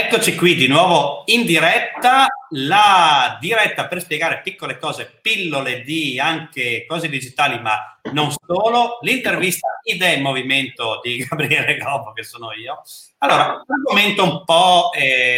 Eccoci qui di nuovo in diretta, la diretta per spiegare piccole cose, pillole di anche cose digitali, ma non solo. L'intervista Idee in Movimento di Gabriele Gobbo, che sono io. Allora, un argomento un po'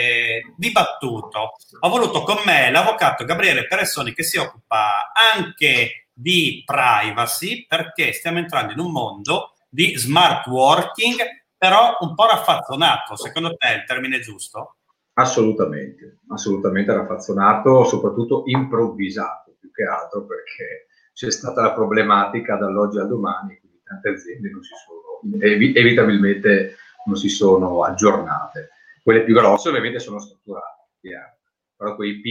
dibattuto. Ho voluto con me l'avvocato Gabriele Peressoni, che si occupa anche di privacy, perché stiamo entrando in un mondo di smart working, però un po' raffazzonato. Secondo te è il termine giusto? Assolutamente raffazzonato, soprattutto improvvisato, più che altro perché c'è stata la problematica dall'oggi al domani, quindi tante aziende non si sono, evitabilmente non si sono aggiornate. Quelle più grosse ovviamente sono strutturate, però quei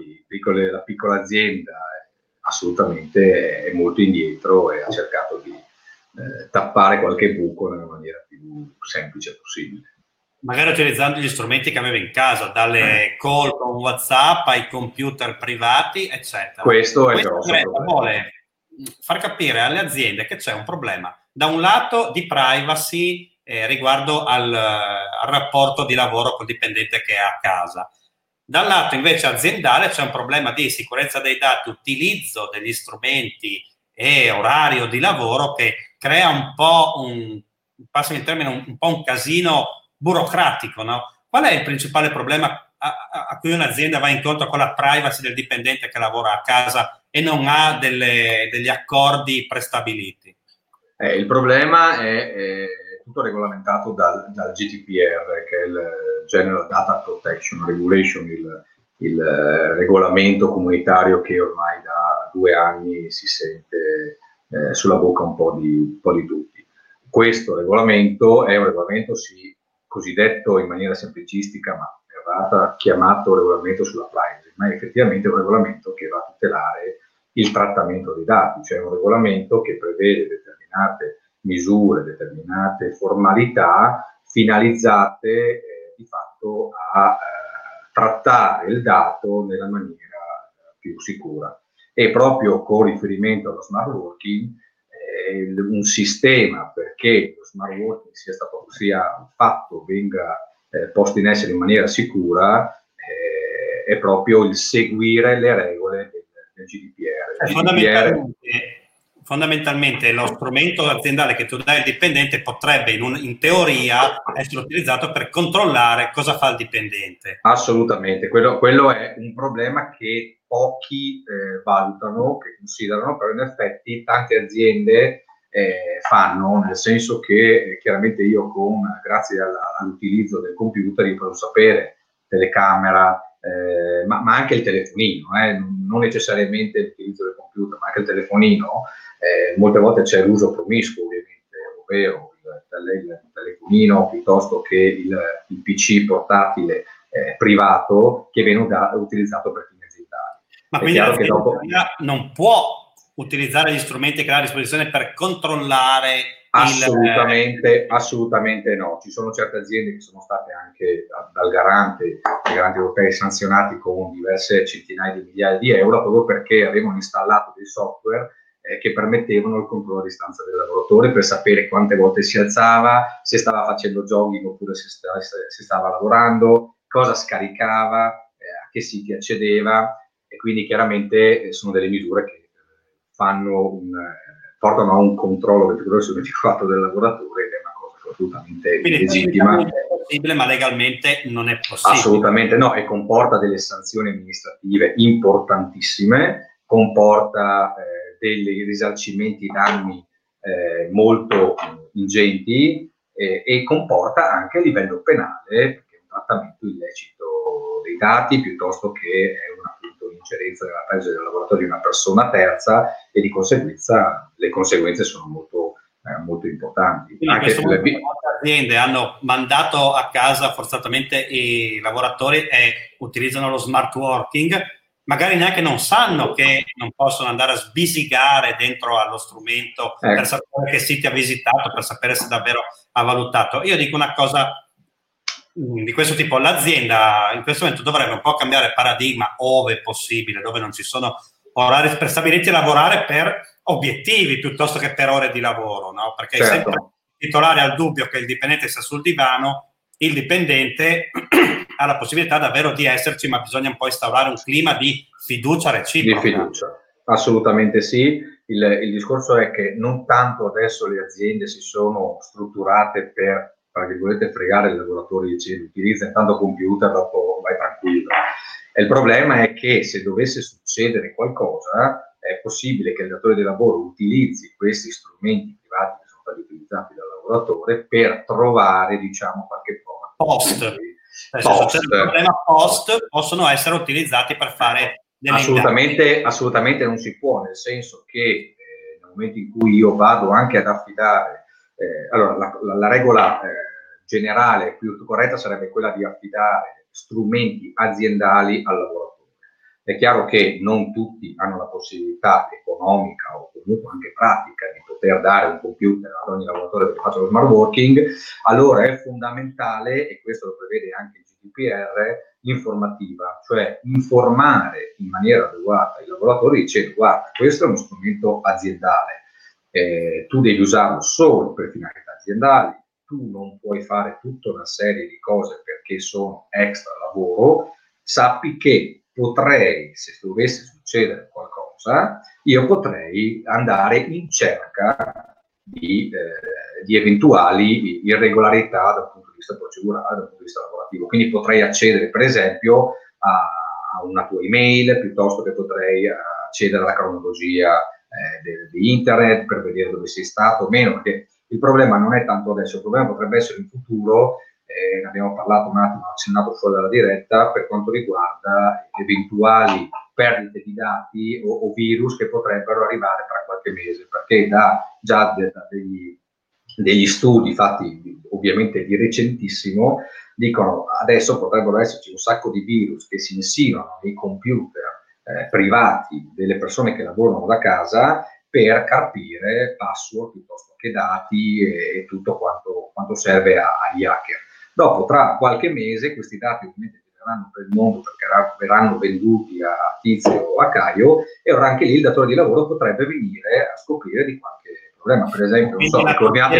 la piccola azienda assolutamente è molto indietro e ha cercato di tappare qualche buco nella maniera più semplice possibile. Magari utilizzando gli strumenti che aveva in casa, dalle call con WhatsApp ai computer privati, eccetera. Questo è il grosso problema. Vuole far capire alle aziende che c'è un problema, da un lato di privacy riguardo al rapporto di lavoro col dipendente che è a casa. Dal lato invece aziendale c'è un problema di sicurezza dei dati, utilizzo degli strumenti e orario di lavoro che crea un po' passami il termine, un po' un casino burocratico, no? Qual è il principale problema a cui un'azienda va incontro con la privacy del dipendente che lavora a casa e non ha degli accordi prestabiliti? Il problema è tutto regolamentato dal GDPR, che è il General Data Protection Regulation, il regolamento comunitario che ormai da 2 anni si sente sulla bocca un po' di tutti. Questo regolamento è un regolamento cosiddetto in maniera semplicistica, ma errata, chiamato regolamento sulla privacy, ma è effettivamente un regolamento che va a tutelare il trattamento dei dati, cioè un regolamento che prevede determinate misure, determinate formalità finalizzate di fatto a trattare il dato nella maniera più sicura. E proprio con riferimento allo smart working, un sistema perché lo smart working sia fatto, venga posto in essere in maniera sicura, è proprio il seguire le regole del GDPR. Fondamentalmente lo strumento aziendale che tu dai al dipendente potrebbe in teoria essere utilizzato per controllare cosa fa il dipendente. Assolutamente, quello è un problema che pochi valutano, che considerano, però in effetti tante aziende fanno, nel senso che chiaramente io grazie all'utilizzo del computer io posso sapere telecamera, ma anche il telefonino, non necessariamente l'utilizzo del computer, ma anche il telefonino, molte volte c'è l'uso promiscuo ovviamente, ovvero il telefonino piuttosto che il PC portatile privato che viene utilizzato per fini aziendali. Ma quindi l'azienda non può utilizzare gli strumenti che ha a disposizione per controllare Assolutamente no. Ci sono certe aziende che sono state anche dai garanti europei sanzionati con diverse centinaia di migliaia di euro proprio perché avevano installato dei software che permettevano il controllo a distanza del lavoratore per sapere quante volte si alzava, se stava facendo jogging oppure se stava lavorando, cosa scaricava, a che siti accedeva, e quindi chiaramente sono delle misure che portano a un controllo 24 del lavoratore, ed è una cosa assolutamente legittima. È possibile, ma legalmente non è possibile. Assolutamente no, e comporta delle sanzioni amministrative importantissime, comporta dei risarcimenti danni molto ingenti e comporta anche a livello penale, perché è un trattamento illecito dei dati piuttosto che è un'ingerenza nella privacy del lavoratore di una persona terza, e di conseguenza le conseguenze sono molto importanti. Quindi anche molte aziende hanno mandato a casa forzatamente i lavoratori e utilizzano lo smart working, magari neanche non sanno che non possono andare a sbisigare dentro allo strumento per sapere che siti ha visitato, per sapere se davvero ha valutato. Io dico una cosa di questo tipo: l'azienda in questo momento dovrebbe un po' cambiare paradigma, ove possibile, dove non ci sono orari prestabiliti, e lavorare per obiettivi piuttosto che per ore di lavoro, no? Perché è sempre titolare al dubbio che il dipendente sia sul divano, il dipendente ha la possibilità davvero di esserci, ma bisogna un po' instaurare un clima di fiducia reciproca. Di fiducia, assolutamente sì. Il discorso è che non tanto adesso le aziende si sono strutturate per, tra virgolette, fregare i lavoratori dicendo utilizza intanto computer, dopo vai tranquillo. E il problema è che se dovesse succedere qualcosa, è possibile che il datore di lavoro utilizzi questi strumenti privati che sono stati utilizzati dal lavoratore per trovare, diciamo, qualche prova. Post. Se succede un problema post, possono essere utilizzati per fare delle assolutamente non si può, nel senso che nel momento in cui io vado anche ad affidare, allora la regola generale più corretta sarebbe quella di affidare strumenti aziendali al lavoratore. È chiaro che non tutti hanno la possibilità economica o comunque anche pratica di poter dare un computer ad ogni lavoratore che faccia lo smart working, allora è fondamentale, e questo lo prevede anche il GDPR, l'informativa, cioè informare in maniera adeguata i lavoratori dicendo guarda, questo è uno strumento aziendale, tu devi usarlo solo per finalità aziendali, tu non puoi fare tutta una serie di cose perché sono extra lavoro, sappi che potrei, se dovesse succedere qualcosa, io potrei andare in cerca di eventuali irregolarità dal punto di vista procedurale, dal punto di vista lavorativo. Quindi potrei accedere, per esempio, a una tua email, piuttosto che potrei accedere alla cronologia di internet per vedere dove sei stato o meno, perché il problema non è tanto adesso, il problema potrebbe essere in futuro, ne abbiamo parlato un attimo, accennato fuori dalla diretta, per quanto riguarda eventuali perdite di dati o virus che potrebbero arrivare tra qualche mese, perché già degli studi fatti ovviamente di recentissimo dicono adesso potrebbero esserci un sacco di virus che si insinuano nei computer privati delle persone che lavorano da casa per carpire password piuttosto che dati e tutto quanto serve agli hacker. Dopo, tra qualche mese, questi dati ovviamente gireranno per il mondo perché verranno venduti a Tizio o a Caio, e ora anche lì il datore di lavoro potrebbe venire a scoprire di qualche problema. Per esempio, non so, le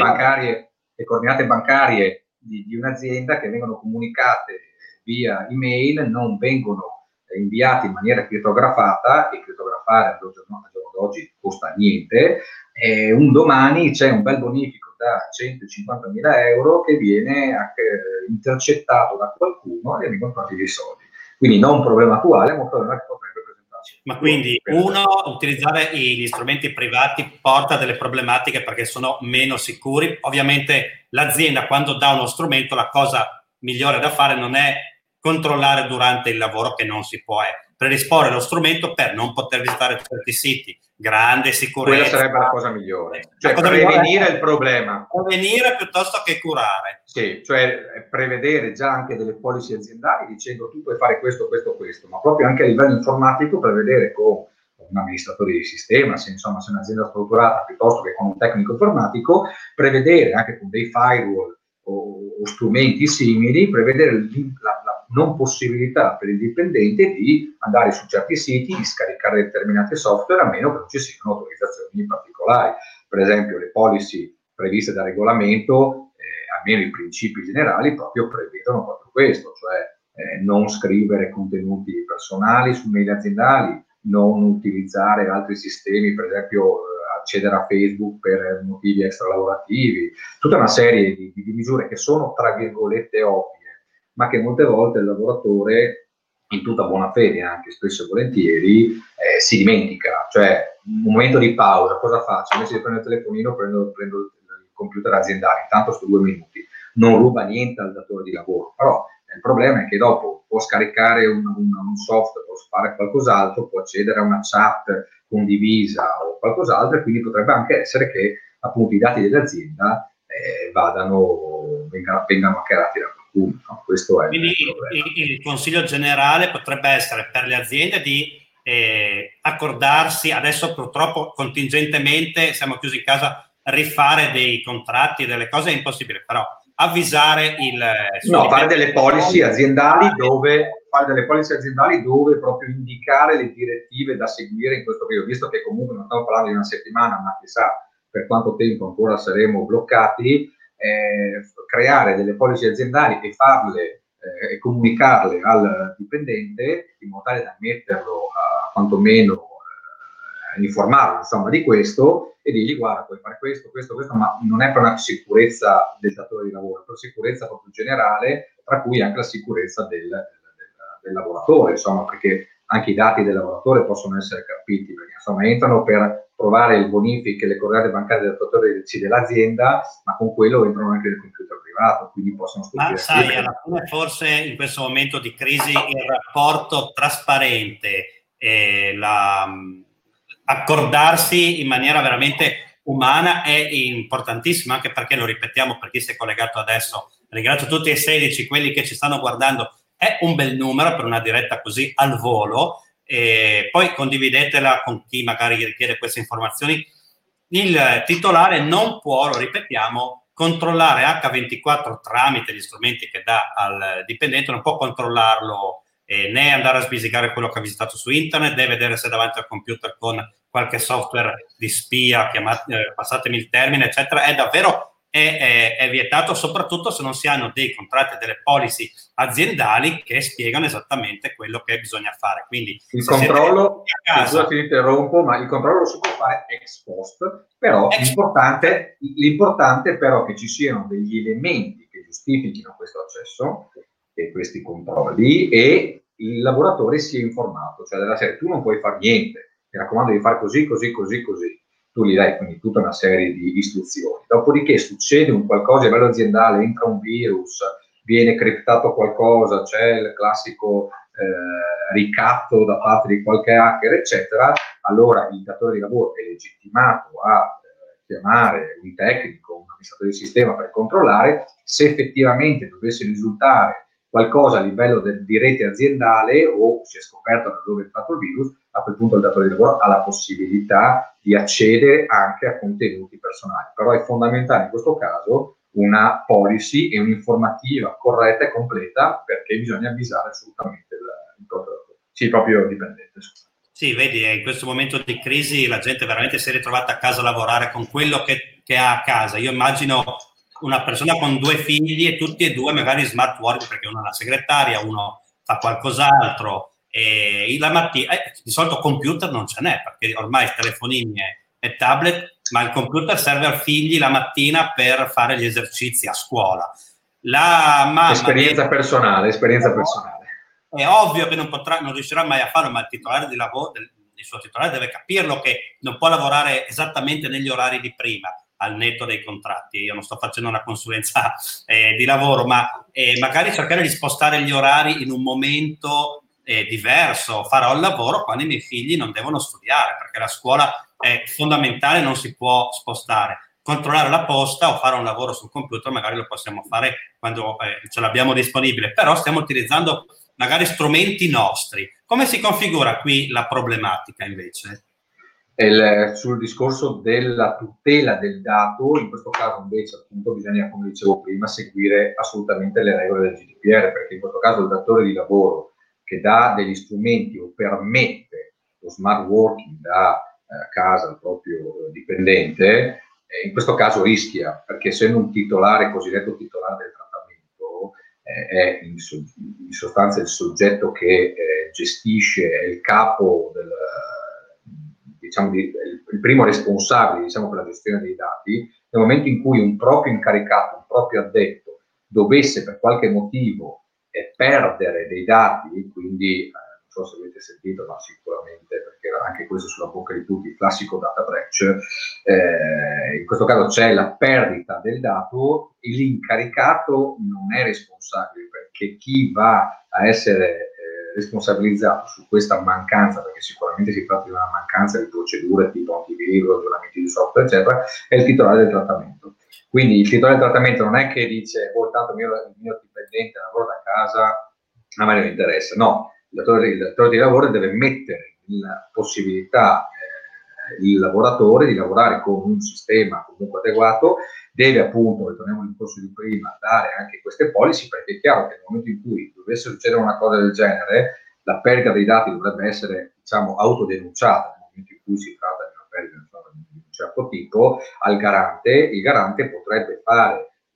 coordinate bancarie di un'azienda che vengono comunicate via email non vengono inviati in maniera crittografata, e crittografare al giorno d'oggi costa niente, e un domani c'è un bel bonifico da 150.000 euro che viene intercettato da qualcuno e vengono tolti dei soldi. Quindi non un problema attuale, ma un problema che potrebbe presentarsi. Ma quindi, utilizzare gli strumenti privati porta delle problematiche perché sono meno sicuri. Ovviamente l'azienda, quando dà uno strumento, la cosa migliore da fare non è controllare durante il lavoro, che non si può, predisporre lo strumento per non poter visitare certi siti. Grande sicurezza. Quella sarebbe la cosa migliore. Cioè prevenire il problema. Prevenire piuttosto che curare. Sì, cioè prevedere già anche delle policy aziendali dicendo tu puoi fare questo, ma proprio anche a livello informatico prevedere con un amministratore di sistema, se insomma se è un'azienda strutturata, piuttosto che con un tecnico informatico, prevedere anche con dei firewall o strumenti simili, prevedere la non possibilità per il dipendente di andare su certi siti, di scaricare determinati software, a meno che non ci siano autorizzazioni particolari. Per esempio le policy previste dal regolamento, almeno i principi generali, proprio prevedono proprio questo, cioè non scrivere contenuti personali su mail aziendali, non utilizzare altri sistemi, per esempio accedere a Facebook per motivi extralavorativi, tutta una serie di misure che sono tra virgolette ovvie, ma che molte volte il lavoratore, in tutta buona fede anche spesso e volentieri, si dimentica. Cioè un momento di pausa, cosa faccio? Invece di prendere il telefonino prendo il computer aziendale, intanto sto 2 minuti, non ruba niente al datore di lavoro, però il problema è che dopo può scaricare un software, può fare qualcos'altro, può accedere a una chat condivisa o qualcos'altro, e quindi potrebbe anche essere che appunto i dati dell'azienda vengano hackerati da qualcuno. No? Questo è quindi il consiglio generale potrebbe essere per le aziende di accordarsi, adesso purtroppo contingentemente siamo chiusi in casa, rifare dei contratti, delle cose è impossibile, però avvisare fare delle policy aziendali dove proprio indicare le direttive da seguire in questo periodo, visto che comunque non stiamo parlando di una settimana, ma chissà per quanto tempo ancora saremo bloccati, creare delle policy aziendali e farle e comunicarle al dipendente in modo tale da metterlo quantomeno informarlo insomma di questo e dirgli guarda puoi fare questo, ma non è per una sicurezza del datore di lavoro, è per sicurezza proprio generale, tra cui anche la sicurezza del lavoratore, insomma, perché anche i dati del lavoratore possono essere capiti, perché insomma entrano per provare il bonifico e le coordinate bancarie del datore dell'azienda, ma con quello entrano anche nel computer privato, quindi possono scoprire. Ma sai, alla fine forse in questo momento di crisi il rapporto trasparente e accordarsi in maniera veramente umana è importantissimo, anche perché, lo ripetiamo per chi si è collegato adesso, ringrazio tutti i 16, quelli che ci stanno guardando, è un bel numero per una diretta così al volo, e poi condividetela con chi magari richiede queste informazioni. Il titolare non può, lo ripetiamo, controllare H24 tramite gli strumenti che dà al dipendente, non può controllarlo né andare a svisicare quello che ha visitato su internet, deve vedere se è davanti al computer con qualche software di spia, passatemi il termine, eccetera. È davvero è vietato, soprattutto se non si hanno dei contratti e delle policy aziendali che spiegano esattamente quello che bisogna fare. Quindi il controllo, casa, ti interrompo, ma il controllo lo si può fare ex post, però l'importante però che ci siano degli elementi che giustifichino questo accesso e questi controlli e il lavoratore sia informato, cioè della serie tu non puoi fare niente, mi raccomando di fare così, tu gli dai quindi tutta una serie di istruzioni, dopodiché succede un qualcosa a livello aziendale, entra un virus, viene criptato qualcosa, c'è il classico ricatto da parte di qualche hacker, eccetera, allora il datore di lavoro è legittimato a chiamare un tecnico, un amministratore di sistema per controllare se effettivamente dovesse risultare qualcosa a livello di rete aziendale o si è scoperto da dove è entrato il virus, a quel punto il datore di lavoro ha la possibilità di accedere anche a contenuti personali. Però è fondamentale in questo caso una policy e un'informativa corretta e completa, perché bisogna avvisare assolutamente il proprio dipendente. Sì, vedi, in questo momento di crisi la gente veramente si è ritrovata a casa a lavorare con quello che ha a casa. Io immagino una persona con 2 figli e tutti e 2 magari smart work, perché uno è una segretaria, uno fa qualcos'altro, e la mattina di solito computer non ce n'è, perché ormai telefonini e tablet, ma il computer serve ai figli la mattina per fare gli esercizi a scuola. La mamma esperienza personale. È ovvio che non riuscirà mai a farlo, ma il titolare di lavoro, il suo titolare deve capirlo che non può lavorare esattamente negli orari di prima, al netto dei contratti. Io non sto facendo una consulenza di lavoro, ma magari cercare di spostare gli orari in un momento diverso. Farò il lavoro quando i miei figli non devono studiare, perché la scuola è fondamentale, non si può spostare. Controllare la posta o fare un lavoro sul computer magari lo possiamo fare quando ce l'abbiamo disponibile, però stiamo utilizzando magari strumenti nostri. Come si configura qui la problematica invece? Sul discorso della tutela del dato, in questo caso invece appunto bisogna, come dicevo prima, seguire assolutamente le regole del GDPR, perché in questo caso il datore di lavoro che dà degli strumenti o permette lo smart working da casa al proprio dipendente, in questo caso rischia, perché essendo un titolare, cosiddetto titolare del trattamento, è in sostanza il soggetto che gestisce, è il capo del diciamo, il primo responsabile diciamo, per la gestione dei dati, nel momento in cui un proprio incaricato, un proprio addetto dovesse per qualche motivo perdere dei dati, quindi non so se avete sentito, ma sicuramente perché era anche questo sulla bocca di tutti, il classico data breach, in questo caso c'è la perdita del dato e l'incaricato non è responsabile, perché chi va a essere responsabilizzato su questa mancanza, perché sicuramente si tratta di una mancanza di procedure tipo antivirus, aggiornamenti di software, eccetera, è il titolare del trattamento. Quindi il titolare del trattamento non è che dice, oh, tanto il mio dipendente lavora da casa, a me non interessa. No, il datore di lavoro deve mettere in possibilità il lavoratore di lavorare con un sistema comunque adeguato, deve appunto, ritorniamo al discorso di prima, dare anche queste policy, perché è chiaro che nel momento in cui dovesse succedere una cosa del genere, la perdita dei dati dovrebbe essere, diciamo, autodenunciata nel momento in cui si tratta di una perdita di un certo tipo al garante. Il garante potrebbe fare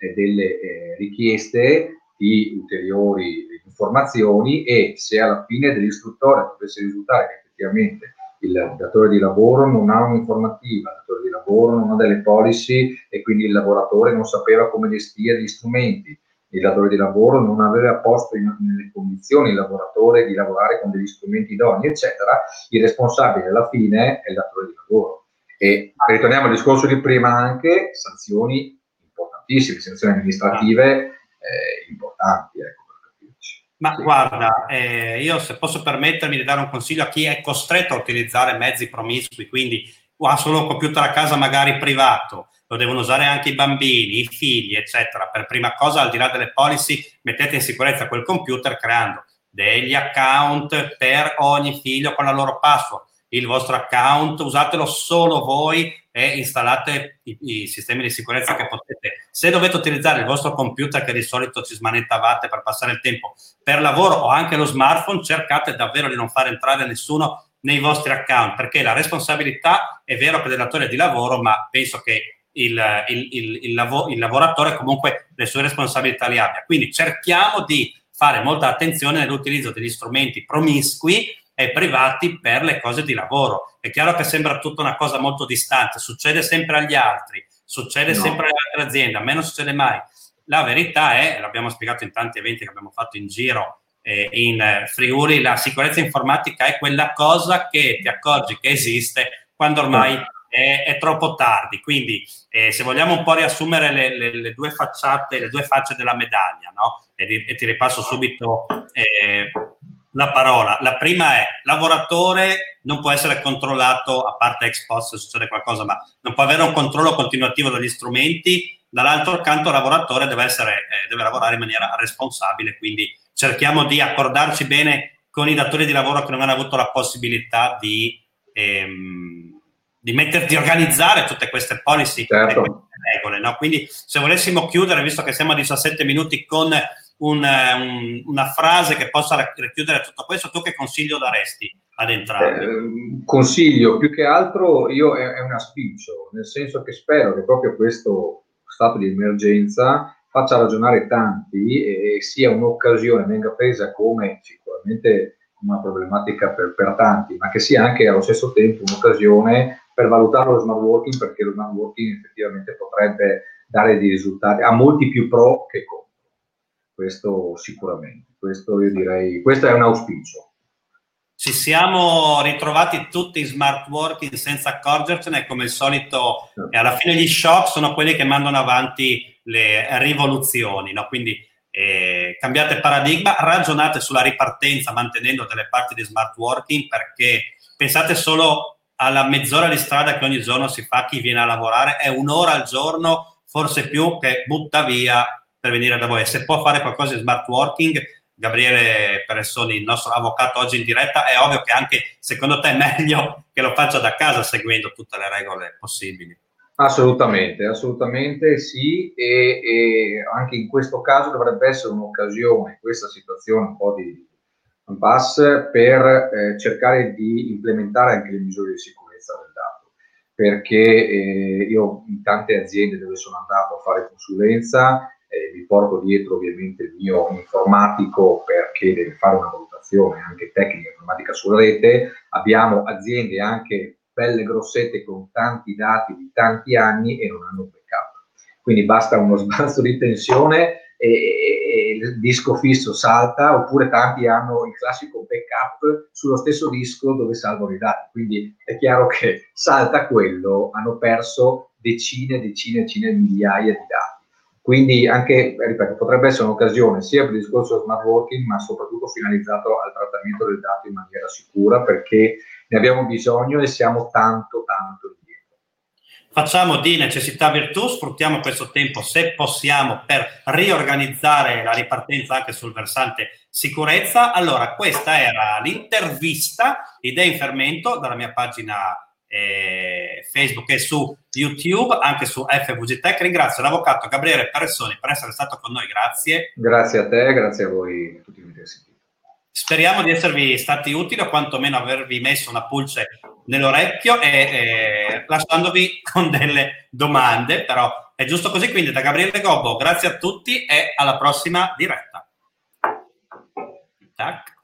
delle richieste di ulteriori informazioni, e se alla fine dell'istruttoria dovesse risultare che effettivamente il datore di lavoro non ha un'informativa, il datore di lavoro non ha delle policy e quindi il lavoratore non sapeva come gestire gli strumenti, il datore di lavoro non aveva posto nelle condizioni il lavoratore di lavorare con degli strumenti idonei, eccetera, il responsabile alla fine è il datore di lavoro. E ritorniamo al discorso di prima, anche sanzioni importantissime, sanzioni amministrative importanti, ecco. Ma sì, guarda, io se posso permettermi di dare un consiglio a chi è costretto a utilizzare mezzi promiscui, quindi ha solo un computer a casa magari privato, lo devono usare anche i bambini, i figli, eccetera. Per prima cosa, al di là delle policy, mettete in sicurezza quel computer creando degli account per ogni figlio con la loro password. Il vostro account usatelo solo voi e installate i sistemi di sicurezza che potete. Se dovete utilizzare il vostro computer, che di solito ci smanettavate per passare il tempo per lavoro, o anche lo smartphone, cercate davvero di non fare entrare nessuno nei vostri account, perché la responsabilità è vero per il datore di lavoro, ma penso che il lavoratore comunque le sue responsabilità le abbia. Quindi cerchiamo di fare molta attenzione nell'utilizzo degli strumenti promiscui e privati per le cose di lavoro. È chiaro che sembra tutta una cosa molto distante, succede sempre agli altri, succede sempre alle altre aziende, a me non succede mai. La verità è, l'abbiamo spiegato in tanti eventi che abbiamo fatto in giro in Friuli, la sicurezza informatica è quella cosa che ti accorgi che esiste quando ormai è troppo tardi. Quindi se vogliamo un po' riassumere le due facciate, le due facce della medaglia, no? E ti ripasso subito la parola. La prima è: lavoratore non può essere controllato, a parte ex post se succede qualcosa, ma non può avere un controllo continuativo degli strumenti. Dall'altro canto, il lavoratore deve lavorare in maniera responsabile, quindi cerchiamo di accordarci bene con i datori di lavoro che non hanno avuto la possibilità di organizzare tutte queste policy, certo, e queste regole, no? Quindi se volessimo chiudere, visto che siamo a 17 minuti, con una frase che possa racchiudere tutto questo, tu che consiglio daresti ad entrambi? Consiglio, più che altro, è un auspicio, nel senso che spero che proprio questo stato di emergenza faccia ragionare tanti e sia un'occasione, venga presa come sicuramente una problematica per tanti, ma che sia anche allo stesso tempo un'occasione per valutare lo smart working, perché lo smart working effettivamente potrebbe dare dei risultati a molti più pro che contro. Questo sicuramente, questo io direi, questo è un auspicio. Ci siamo ritrovati tutti in smart working senza accorgercene, come al solito, e alla fine gli shock sono quelli che mandano avanti le rivoluzioni, no? Quindi cambiate paradigma, ragionate sulla ripartenza mantenendo delle parti di smart working, perché pensate solo alla mezz'ora di strada che ogni giorno si fa chi viene a lavorare, è un'ora al giorno, forse più, che butta via per venire da voi. E se può fare qualcosa di smart working, Gabriele Peressoni, il nostro avvocato oggi in diretta, è ovvio che anche secondo te è meglio che lo faccia da casa seguendo tutte le regole possibili. Assolutamente, assolutamente sì, e anche in questo caso dovrebbe essere un'occasione, questa situazione un po' di impasse, per cercare di implementare anche le misure di sicurezza del dato, perché io in tante aziende dove sono andato a fare consulenza mi porto dietro ovviamente il mio informatico, perché deve fare una valutazione anche tecnica informatica sulla rete. Abbiamo aziende anche belle grossette con tanti dati di tanti anni e non hanno backup, quindi basta uno sbalzo di tensione e il disco fisso salta, oppure tanti hanno il classico backup sullo stesso disco dove salvano i dati, quindi è chiaro che salta quello, hanno perso decine di migliaia di dati. Quindi anche, ripeto, potrebbe essere un'occasione sia per il discorso smart working, ma soprattutto finalizzato al trattamento del dato in maniera sicura, perché ne abbiamo bisogno e siamo tanto indietro. Facciamo di necessità virtù, sfruttiamo questo tempo, se possiamo, per riorganizzare la ripartenza anche sul versante sicurezza. Allora, questa era l'intervista Idee in Fermento dalla mia pagina Facebook e su YouTube, anche su FVG Tech. Ringrazio l'avvocato Gabriele Peressoni per essere stato con noi, grazie. Grazie a te, grazie a voi a tutti i miei. Speriamo di esservi stati utili, o quantomeno avervi messo una pulce nell'orecchio, e lasciandovi con delle domande, però è giusto così, quindi da Gabriele Gobbo, grazie a tutti e alla prossima diretta. Tac.